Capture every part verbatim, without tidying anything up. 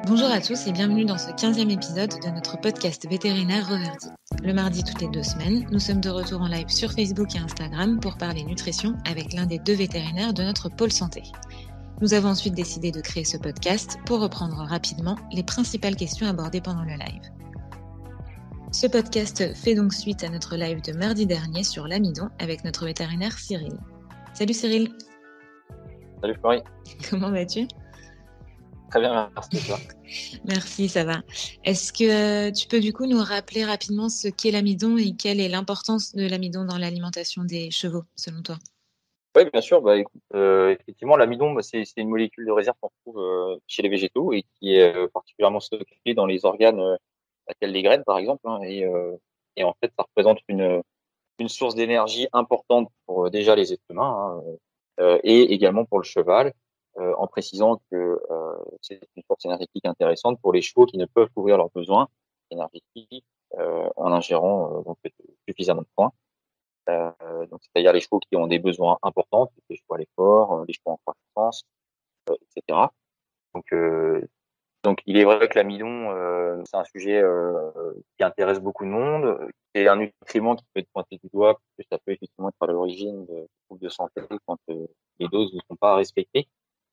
Bonjour à tous et bienvenue dans ce quinzième épisode de notre podcast vétérinaire Reverdi. Le mardi toutes les deux semaines, nous sommes de retour en live sur Facebook et Instagram pour parler nutrition avec l'un des deux vétérinaires de notre pôle santé. Nous avons ensuite décidé de créer ce podcast pour reprendre rapidement les principales questions abordées pendant le live. Ce podcast fait donc suite à notre live de mardi dernier sur l'amidon avec notre vétérinaire Cyril. Salut Cyril. Salut Florie. Comment vas-tu ? Très bien, merci toi. Merci, ça va. Est-ce que euh, tu peux du coup nous rappeler rapidement ce qu'est l'amidon et quelle est l'importance de l'amidon dans l'alimentation des chevaux, selon toi ? Oui, bien sûr. Bah, écoute, euh, effectivement, l'amidon, bah, c'est, c'est une molécule de réserve qu'on retrouve euh, chez les végétaux et qui est euh, particulièrement stockée dans les organes, euh, tels les graines, par exemple. Hein, et, euh, et en fait, ça représente une, une source d'énergie importante pour euh, déjà les êtres humains, hein, euh, et également pour le cheval, euh, en précisant que euh, c'est une source énergétique intéressante pour les chevaux qui ne peuvent couvrir leurs besoins énergétiques euh, en ingérant euh, donc, suffisamment de points. Euh, donc, c'est-à-dire les chevaux qui ont des besoins importants, les chevaux à l'effort, les chevaux en croissance, euh, et cetera. Donc, euh, donc, il est vrai que l'amidon, euh, c'est un sujet euh, qui intéresse beaucoup de monde. C'est un nutriment qui peut être pointé du doigt, parce que ça peut effectivement être à l'origine de troubles de santé quand euh, les doses ne sont pas respectées.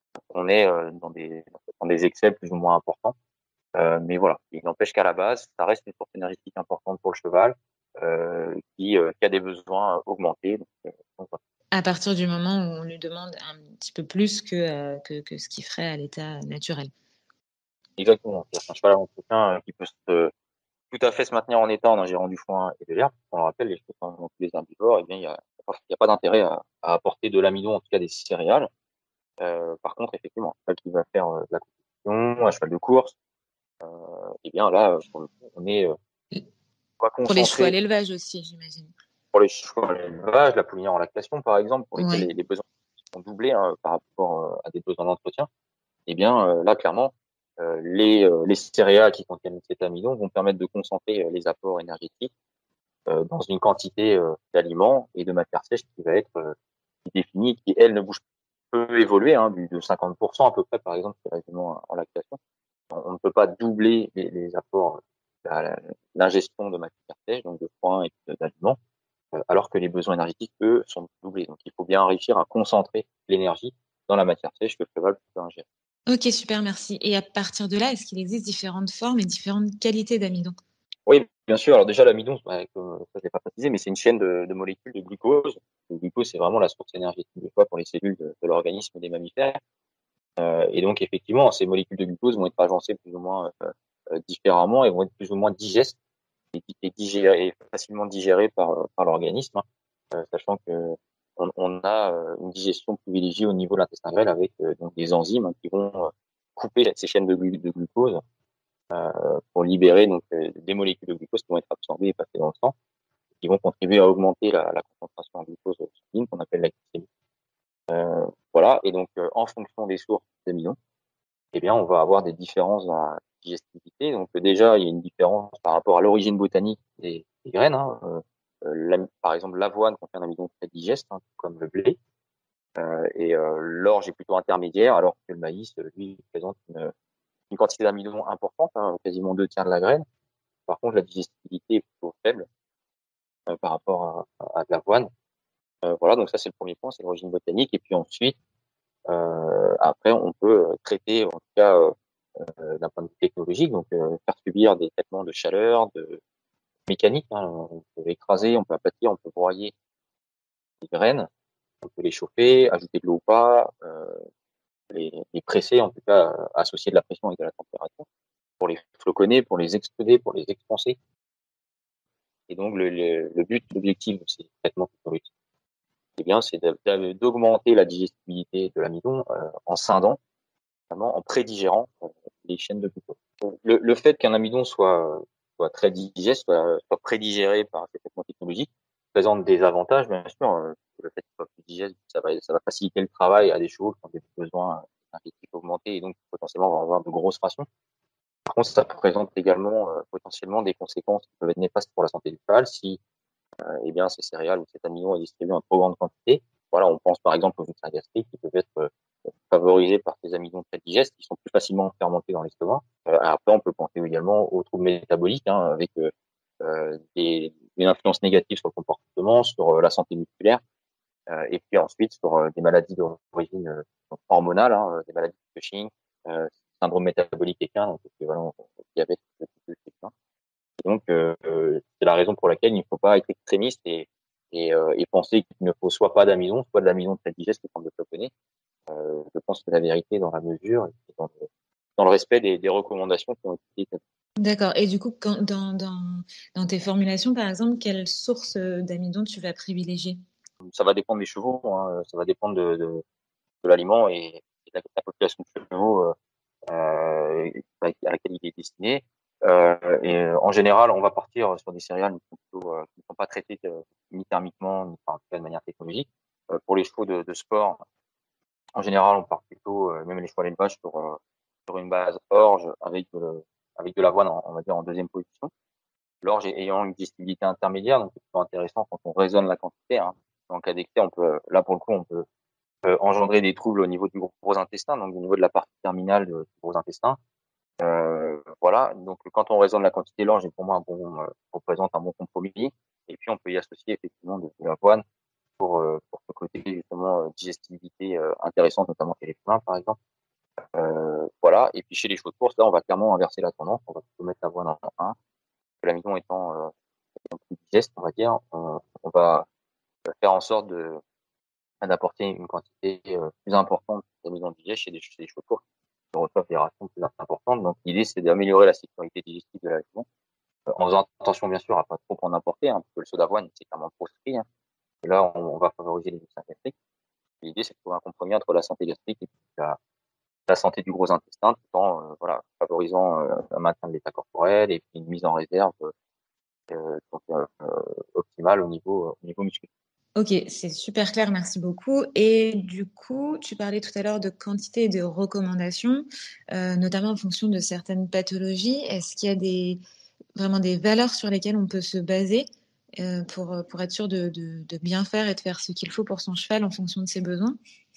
On est euh, dans des dans des excès plus ou moins importants. Euh, mais voilà, il n'empêche qu'à la base, ça reste une source énergétique importante pour le cheval, euh, qui, euh, qui a des besoins augmentés. Donc, euh, donc voilà. À partir du moment où on lui demande un petit peu plus que, euh, que, que ce qu'il ferait à l'état naturel. Exactement. C'est-à-dire qu'un cheval à entretien euh, qui peut se, euh, tout à fait se maintenir en état en ingérant du foin et de l'herbe. On le rappelle, les chevaux sont tous les herbivores, eh bien, il n'y a, il y a pas d'intérêt à, à apporter de l'amidon, en tout cas des céréales. Euh, par contre, effectivement, un cheval qui va faire euh, de la compétition, un cheval de course, euh, eh bien là, pour le coup, on est euh, on va Pour les chevaux à concentrer l'élevage aussi, j'imagine. pour les chevaux à l'élevage, la poulinière en lactation, par exemple, pour lesquels Ouais. les, les besoins sont doublés hein, par rapport euh, à des besoins d'entretien. Eh bien, euh, là, clairement, euh, les, euh, les céréales qui contiennent cet amidon vont permettre de concentrer euh, les apports énergétiques euh, dans une quantité euh, d'aliments et de matière sèche qui va être euh, définie, qui, elle, ne bouge pas, peut évoluer hein, du, de cinquante pour cent à peu près, par exemple, sur les aliments en lactation. On, on ne peut pas doubler les, les apports, euh, l'ingestion de matière sèche, donc de foin et d'aliments, euh, alors que les besoins énergétiques, eux, sont doublés. Donc, il faut bien réussir à concentrer l'énergie dans la matière sèche que le cheval peut ingérer. Ok, super, merci. Et à partir de là, est-ce qu'il existe différentes formes et différentes qualités d'amidon ? Oui, bien sûr. Alors déjà, l'amidon, bah, comme ça, je l'ai pas précisé, mais c'est une chaîne de, de molécules de glucose. Le glucose, c'est vraiment la source énergétique de poids pour les cellules de, de l'organisme des mammifères. Euh, et donc, effectivement, ces molécules de glucose vont être agencées plus ou moins euh, euh, différemment et vont être plus ou moins digestes et, et digérées, facilement digérées par, par l'organisme, hein, euh, sachant que on, on a euh, une digestion privilégiée au niveau de l'intestin grêle avec euh, donc des enzymes hein, qui vont euh, couper ces chaînes de, glu- de glucose euh, pour libérer donc euh, des molécules de glucose qui vont être absorbées et passées dans le sang, qui vont contribuer à augmenter la, la concentration en glucose sanguine qu'on appelle la glycémie. Euh, voilà, et donc euh, en fonction des sources d'amidon, eh bien on va avoir des différences dans la digestivité. Donc euh, déjà il y a une différence par rapport à l'origine botanique des, des graines. Hein. Euh, la, par exemple l'avoine contient un amidon très digeste, hein, comme le blé, euh, et euh, l'orge est plutôt intermédiaire, alors que le maïs lui présente une, une quantité d'amidon importante, hein, quasiment deux tiers de la graine. Par contre, la digestibilité est plutôt faible euh, par rapport à, à de l'avoine. Euh, voilà, donc ça c'est le premier point, c'est l'origine botanique. Et puis ensuite, euh, après, on peut traiter, en tout cas euh, d'un point de vue technologique, donc euh, faire subir des traitements de chaleur, de mécanique. Hein. On peut écraser, on peut aplatir, on peut broyer les graines, on peut les chauffer, ajouter de l'eau ou pas, euh, les, les presser, en tout cas euh, associer de la pression et de la température, pour les floconner, pour les extruder, pour les expanser. Et donc le, le, le but, l'objectif de ces traitements technologiques, eh bien, c'est d'augmenter la digestibilité de l'amidon euh, en scindant, vraiment en prédigérant euh, les chaînes de glucose. Le, le fait qu'un amidon soit, soit très digeste, soit, soit prédigéré par ces traitements technologiques, présente des avantages, bien sûr. Euh, le fait qu'il soit plus digeste, ça va, ça va faciliter le travail à des chevaux qui ont des besoins énergétiques augmentés et donc potentiellement vont avoir de grosses rations. Par contre, ça présente également euh, potentiellement des conséquences qui peuvent être néfastes pour la santé du cheval si euh, eh bien, ces céréales ou cet amidon est distribué en trop grande quantité. Voilà, on pense par exemple aux ulcères gastriques qui peuvent être euh, favorisés par ces amidons très digestes qui sont plus facilement fermentés dans l'estomac. Euh, après, on peut penser également aux troubles métaboliques, hein, avec euh, euh, des, une influence négative sur le comportement, sur euh, la santé musculaire, euh, et puis ensuite sur euh, des maladies d'origine euh, hormonale, hein, des maladies de Cushing, euh, syndrome métabolique équin, donc équivalent au diabète de type deux, type un. Et donc, euh, c'est la raison pour laquelle il ne faut pas être extrémiste et, et, euh, et penser qu'il ne faut soit pas d'amidon, soit de l'amidon très digeste comme de floconnés. Euh, je pense que la vérité est dans la mesure et dans le, dans le respect des, des recommandations qui ont été établies. D'accord. Et du coup, quand, dans, dans, dans tes formulations, par exemple, quelle source euh, d'amidon tu vas privilégier? Ça va dépendre des chevaux, hein, ça va dépendre de, de, de l'aliment et, et de la, la population de chevaux euh, euh, à laquelle il est destiné. Euh, et euh, en général, on va partir sur des céréales qui, sont plutôt, euh, qui ne sont pas traitées euh, ni thermiquement, ni enfin, en tout cas de manière technologique. Euh, pour les chevaux de, de sport, en général, on part plutôt, euh, même les chevaux à l'élevage, sur, euh, sur une base orge avec de, avec de l'avoine, on va dire, en deuxième position. L'orge ayant une digestibilité intermédiaire, donc c'est plutôt intéressant quand on raisonne la quantité. Hein. En cas d'excès, on peut, là pour le coup, on peut euh, engendrer des troubles au niveau du gros intestin, donc au niveau de la partie terminale du gros intestin. Euh, voilà, donc quand on raisonne la quantité, l'orge est pour moi un bon, euh, représente un bon compromis. Et puis on peut y associer effectivement de, de l'avoine pour, euh, pour ce côté justement euh, digestibilité euh, intéressante, notamment chez les femmes par exemple. Euh, voilà, et puis chez les chevaux de course, là on va clairement inverser la tendance, on va plutôt mettre l'avoine en un, l'amidon étant euh, plus digeste, on va dire, on, on va faire en sorte de d'apporter une quantité euh, plus importante d'amidon digeste chez les, chez les chevaux de course qui reçoivent des rations plus importantes. Donc l'idée c'est d'améliorer la sécurité digestive de l'aliment, euh, en faisant attention bien sûr à pas trop en importer, hein, parce que le soda d'avoine c'est clairement proscrit. Hein. Et là on, on va favoriser les excès gastriques. L'idée c'est de trouver un compromis entre la santé gastrique et la, la santé du gros intestin, tout en euh, voilà, favorisant euh, un maintien de l'état corporel et puis une mise en réserve euh, donc, euh, optimale au niveau, au niveau musculaire. Ok, c'est super clair, merci beaucoup. Et du coup, tu parlais tout à l'heure de quantité et de recommandations, euh, notamment en fonction de certaines pathologies. Est-ce qu'il y a des, vraiment des valeurs sur lesquelles on peut se baser euh, pour, pour être sûr de, de, de bien faire et de faire ce qu'il faut pour son cheval en fonction de ses besoins?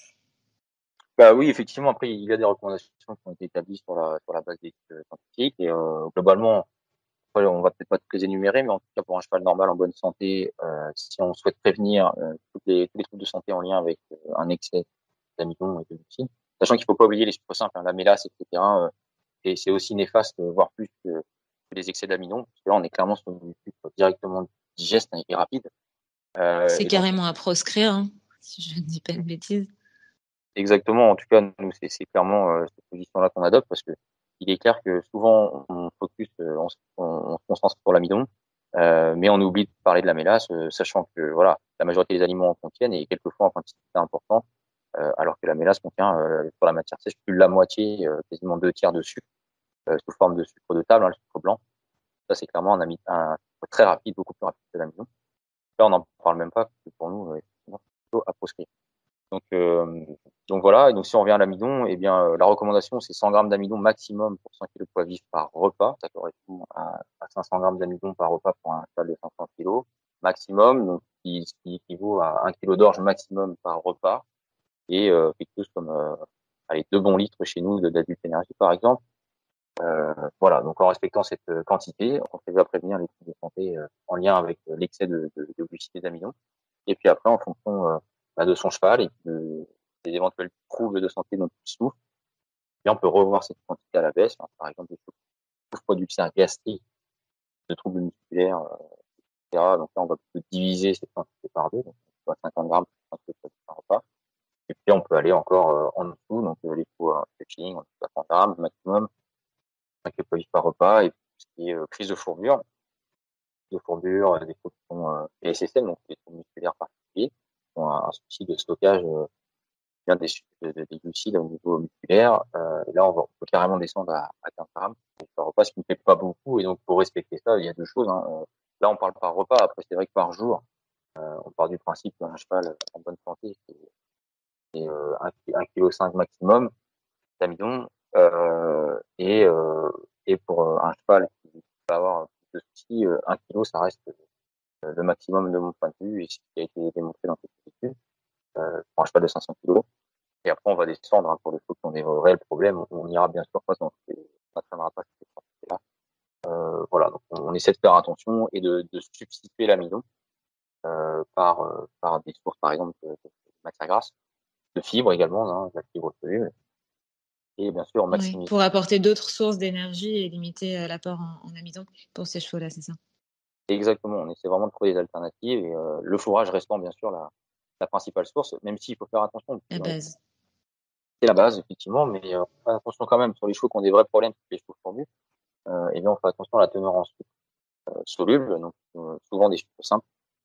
Bah oui, effectivement, après, il y a des recommandations qui ont été établies sur la, sur la base des études scientifiques et euh, globalement, après, on va peut-être pas toutes les énumérer, mais en tout cas, pour un cheval normal en bonne santé, euh, si on souhaite prévenir euh, toutes les, tous les troubles de santé en lien avec euh, un excès d'amidon et de glucides, sachant qu'il faut pas oublier les sucres simples, hein, la mélasse, et cetera, euh, et c'est aussi néfaste, euh, voire plus que, que les excès d'amidon, parce que là, on est clairement sur du sucre directement digeste et rapide. Euh, C'est et donc, carrément à proscrire, hein, si je ne dis pas de bêtises. exactement. En tout cas, nous, c'est, c'est clairement euh, cette position-là qu'on adopte parce que il est clair que souvent on focus, euh, on, se- on, on se concentre sur l'amidon, euh, mais on oublie de parler de la mélasse, euh, sachant que voilà, la majorité des aliments en contiennent et quelquefois en quantité importante, euh, alors que la mélasse contient euh, pour la matière sèche plus de la moitié, euh, quasiment deux tiers de sucre euh, sous forme de sucre de table, hein, le sucre blanc. Ça, c'est clairement un, ami, un sucre très rapide, beaucoup plus rapide que l'amidon. Là, on n'en parle même pas parce que pour nous, euh, c'est plutôt à proscrire. Donc, euh, donc voilà. Et donc si on revient à l'amidon, eh bien euh, la recommandation c'est cent grammes d'amidon maximum pour cent kilos de poids vif par repas. Ça correspond à, à cinq cents grammes d'amidon par repas pour un cheval de cinq cents kilos maximum, donc qui, qui équivaut à un kilo d'orge maximum par repas et euh, quelque chose comme euh, allez, deux bons litres chez nous de d'Adult Énergie par exemple. Euh, voilà. Donc en respectant cette euh, quantité, on fait à prévenir les troubles de santé euh, en lien avec euh, l'excès de, de, de glucides et d'amidon. Et puis après, en fonction euh, bah, de son cheval et de, des éventuels troubles de santé dont il souffre, bien, on peut revoir cette quantité à la baisse. Hein, par exemple, des troubles producteurs gastriques, de troubles musculaires, euh, et cetera. Donc là, on va plutôt diviser cette quantité par deux, donc cinquante grammes par repas. Et puis, on peut aller encore euh, en dessous, donc euh, les poids euh, stretching, soixante grammes maximum, cinq poids par repas, et puis ce qui est euh, prise de fourbure, de fourbure, euh, des troubles qui sont euh, P S S M, donc des troubles musculaires particuliers, qui ont un, un souci de stockage euh, bien des, des, des glucides au niveau musculaire. Euh, et là, on, va, on peut carrément descendre à, à quinze grammes par repas, ce qui ne fait pas beaucoup. Et donc, pour respecter ça, il y a deux choses. Hein. Euh, là, on parle par repas. Après, c'est vrai que par jour, euh, on part du principe qu'un cheval en bonne santé, c'est, c'est euh, un virgule cinq kg maximum d'amidon. Euh, et, euh, et pour euh, un cheval qui va avoir plus de soucis, euh, un kilo, ça reste euh, le maximum de mon point de vue et ce qui a été démontré dans cette étude. Euh, pour un cheval de cinq cents kilos. Et après, on va descendre hein, pour les choses qui ont des réels problèmes. On, on ira bien sûr pas dans ces, on n'atteindra pas ces là euh, Voilà, donc on, on essaie de faire attention et de, de substituer l'amidon euh, par euh, par des sources, par exemple, de, de matières grasses, de fibres également, hein, de la fibre soluble, et bien sûr Oui, maximiser. pour apporter d'autres sources d'énergie et limiter euh, l'apport en, en amidon pour ces chevaux-là, c'est ça? Exactement, on essaie vraiment de trouver des alternatives et euh, le fourrage restant bien sûr la, la principale source, même s'il faut faire attention. La base. C'est la base, effectivement, mais euh, on fait attention quand même sur les chevaux qui ont des vrais problèmes, les chevaux fondus, euh, et bien on fait attention à la teneur en sucre euh, soluble, donc euh, souvent des sucres simples.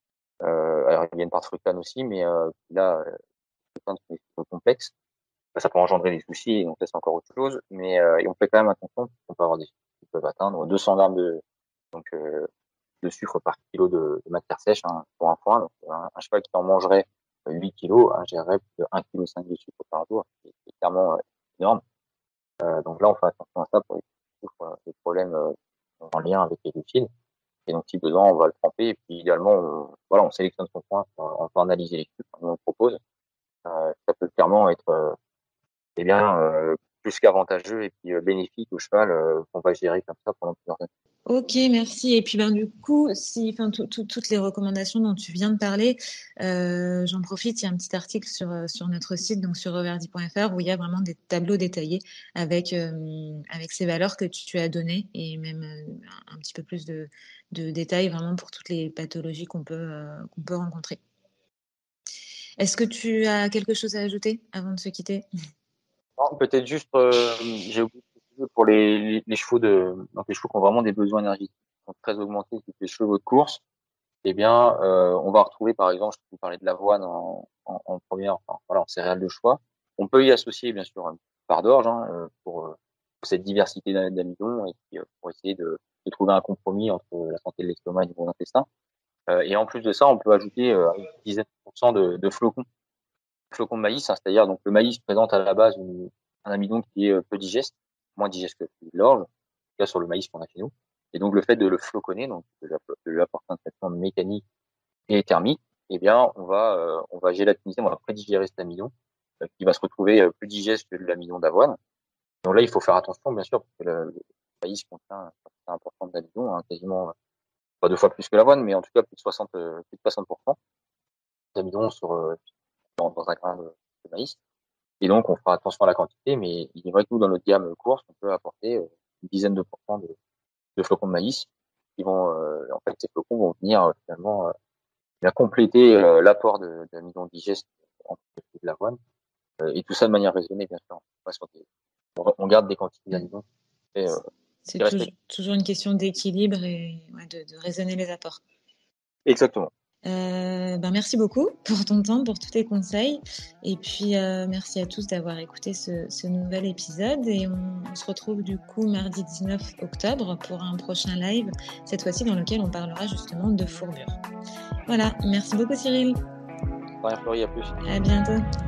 Euh, alors il y a une part de fructane aussi, mais euh, là, euh, fructane sont des sucres complexes, ça peut engendrer des soucis, et donc ça c'est encore autre chose, mais euh, et on fait quand même attention, on peut avoir des sucres qui peuvent atteindre deux cents grammes de donc euh, de sucre par kilo de, de matière sèche hein, pour un foin. Donc un, un cheval qui en mangerait huit kilos ingérerait plus de un virgule cinq kg de sucre par jour, c'est clairement euh, énorme. Euh, donc là, on fait attention à ça pour les, les problèmes euh, en lien avec les glucides. Et donc, si besoin, on va le tremper. Et puis, idéalement, on, voilà, on sélectionne son foin. On peut analyser les sucres qu'on propose. Euh, ça peut clairement être euh, eh bien, euh, plus qu'avantageux et puis euh, bénéfique au cheval euh, qu'on va gérer comme ça pendant plusieurs années. Ok, merci. Et puis ben du coup, si, enfin, tout- tout- toutes les recommandations dont tu viens de parler, euh, j'en profite. Il y a un petit article sur euh, sur notre site, donc sur reverdi point f r, où il y a vraiment des tableaux détaillés avec euh, avec ces valeurs que tu, tu as données et même euh, un, un petit peu plus de de détails vraiment pour toutes les pathologies qu'on peut euh, qu'on peut rencontrer. Est-ce que tu as quelque chose à ajouter avant de se quitter? Non, peut-être juste, euh, j'ai oublié de préciser pour les, les, les chevaux de, donc les chevaux qui ont vraiment des besoins énergétiques qui sont très augmentés, type les chevaux de course. Eh bien, euh, on va retrouver, par exemple, je peux parler de l'avoine en, en, en première, enfin, voilà, en céréales de choix. On peut y associer, bien sûr, une part d'orge hein, euh, pour, euh, pour cette diversité d'am- d'amidon et puis euh, pour essayer de, de trouver un compromis entre la santé de l'estomac et du bon intestin. Euh, et en plus de ça, on peut ajouter euh, une dizaine de pourcents de, de flocons, flocons de maïs, hein, c'est-à-dire donc le maïs présente à la base une, un amidon qui est euh, peu digeste, moins digeste que l'orge, là sur le maïs qu'on a chez nous. Et donc le fait de le floconner, donc de lui apporter un traitement mécanique et thermique, eh bien, on va, euh, on va gélatiniser, on va prédigérer cet amidon, euh, qui va se retrouver euh, plus digeste que l'amidon d'avoine. Donc là, il faut faire attention, bien sûr, parce que le, le maïs contient un quantité importante d'amidon, hein, quasiment, euh, pas deux fois plus que l'avoine, mais en tout cas plus de soixante, euh, plus de soixante pour cent d'amidon sur, euh, dans, dans un grain de, de maïs. Et donc, on fera attention à la quantité, mais il est vrai que nous, dans notre gamme course, on peut apporter euh, une dizaine de pourcents de, de flocons de maïs qui vont, euh, en fait, ces flocons vont venir euh, finalement euh, bien compléter euh, l'apport de, d'amidon digeste en plus de l'avoine, euh, et tout ça de manière raisonnée, bien sûr. On, sur des, on, on garde des quantités d'amidon et, euh, C'est qui toujours, respectent. toujours une question d'équilibre et ouais, de, de raisonner les apports. Exactement. Euh, ben merci beaucoup pour ton temps, pour tous tes conseils. Et puis, euh, merci à tous d'avoir écouté ce, ce nouvel épisode. Et on, on se retrouve du coup mardi dix-neuf octobre pour un prochain live, cette fois-ci dans lequel on parlera justement de fourbure. Voilà, merci beaucoup Cyril. Rien, Fleury, à plus. À bientôt.